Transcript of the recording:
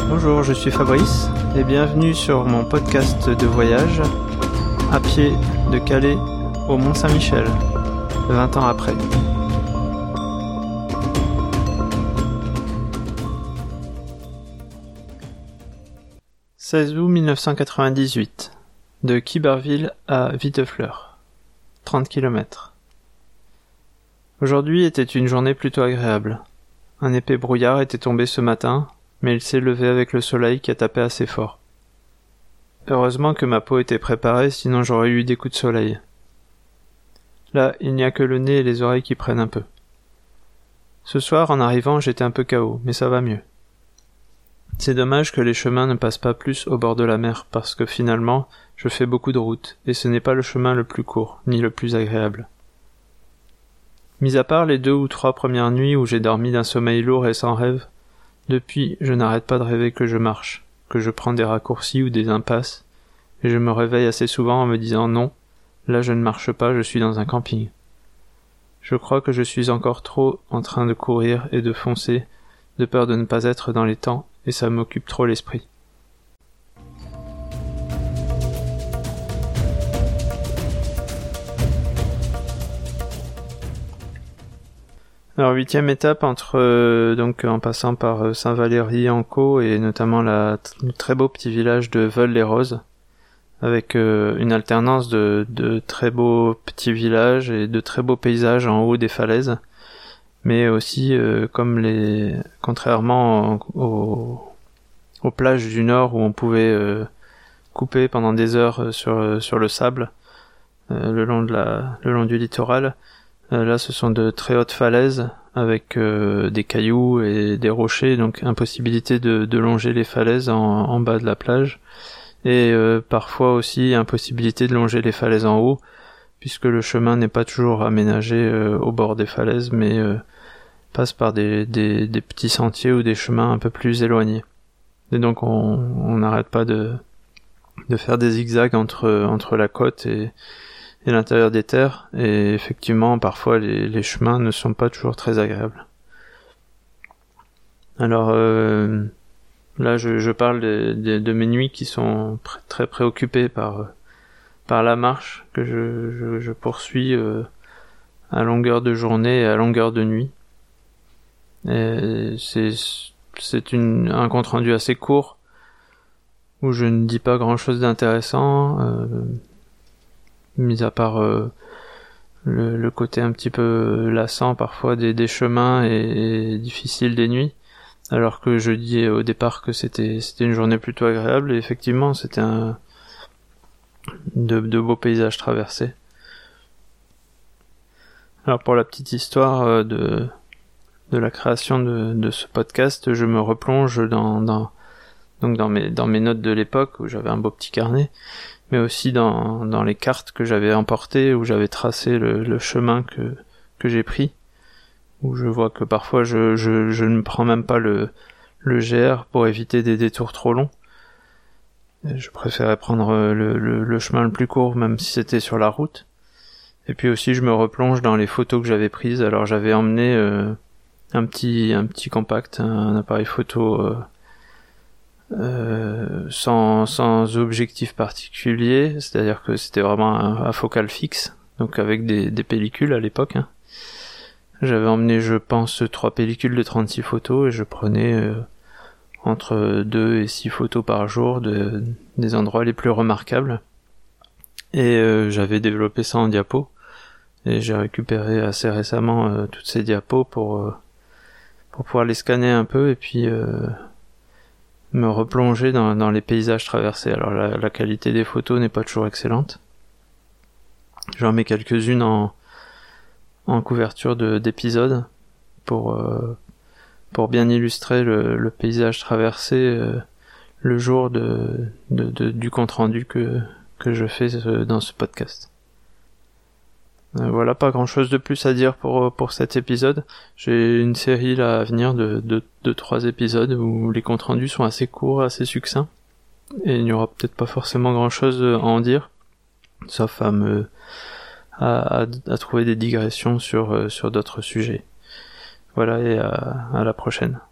Bonjour, je suis Fabrice et bienvenue sur mon podcast de voyage à pied de Calais au Mont-Saint-Michel, 20 ans après. « 16 août 1998, de Quiberville à Vitefleur, 30 km. Aujourd'hui était une journée plutôt agréable. Un épais brouillard était tombé ce matin, mais il s'est levé avec le soleil qui a tapé assez fort. Heureusement que ma peau était préparée, sinon j'aurais eu des coups de soleil. Là, il n'y a que le nez et les oreilles qui prennent un peu. Ce soir, en arrivant, j'étais un peu KO, mais ça va mieux. C'est dommage que les chemins ne passent pas plus au bord de la mer, parce que finalement, je fais beaucoup de routes, et ce n'est pas le chemin le plus court, ni le plus agréable. Mis à part les 2 ou 3 premières nuits où j'ai dormi d'un sommeil lourd et sans rêve, depuis, je n'arrête pas de rêver que je marche, que je prends des raccourcis ou des impasses, et je me réveille assez souvent en me disant non, là je ne marche pas, je suis dans un camping. Je crois que je suis encore trop en train de courir et de foncer, de peur de ne pas être dans les temps, et ça m'occupe trop l'esprit. Alors 8e étape donc en passant par Saint-Valery en Caux et notamment le très beau petit village de Veules-les-Roses avec une alternance de très beaux petits villages et de très beaux paysages en haut des falaises, mais aussi contrairement aux plages du nord où on pouvait couper pendant des heures sur le sable le long du littoral. Là, ce sont de très hautes falaises avec des cailloux et des rochers, donc impossibilité de longer les falaises en bas de la plage, et parfois aussi impossibilité de longer les falaises en haut, puisque le chemin n'est pas toujours aménagé au bord des falaises, mais passe par des petits sentiers ou des chemins un peu plus éloignés. Et donc on n'arrête pas de faire des zigzags entre la côte et l'intérieur des terres, et effectivement parfois les chemins ne sont pas toujours très agréables. Alors là je parle de mes nuits qui sont très préoccupées par la marche que je poursuis à longueur de journée et à longueur de nuit. Et c'est un compte rendu assez court où je ne dis pas grand chose d'intéressant, mis à part le côté un petit peu lassant parfois des chemins et difficile des nuits, alors que je dis au départ que c'était une journée plutôt agréable, et effectivement c'était de beaux paysages traversés. Alors pour la petite histoire de la création de ce podcast, je me replonge dans mes notes de l'époque où j'avais un beau petit carnet, mais aussi dans les cartes que j'avais emportées, où j'avais tracé le chemin que j'ai pris, où je vois que parfois je ne prends même pas le GR pour éviter des détours trop longs. Je préférais prendre le chemin le plus court, même si c'était sur la route. Et puis aussi je me replonge dans les photos que j'avais prises. Alors j'avais emmené un petit compact, un appareil photo sans objectif particulier, c'est-à-dire que c'était vraiment à focale fixe, donc avec des pellicules à l'époque. J'avais emmené, je pense, 3 pellicules de 36 photos, et je prenais entre 2 et 6 photos par jour des endroits les plus remarquables. Et j'avais développé ça en diapo, et j'ai récupéré assez récemment toutes ces diapos pour pouvoir les scanner un peu, et puis me replonger dans les paysages traversés. Alors la qualité des photos n'est pas toujours excellente. J'en mets quelques-unes en couverture d'épisodes pour bien illustrer le paysage traversé le jour du compte rendu que je fais dans ce podcast. Voilà, pas grand chose de plus à dire pour cet épisode. J'ai une série là à venir de 3 épisodes où les comptes rendus sont assez courts, assez succincts, et il n'y aura peut-être pas forcément grand chose à en dire, sauf à trouver des digressions sur d'autres sujets. Voilà, et à la prochaine.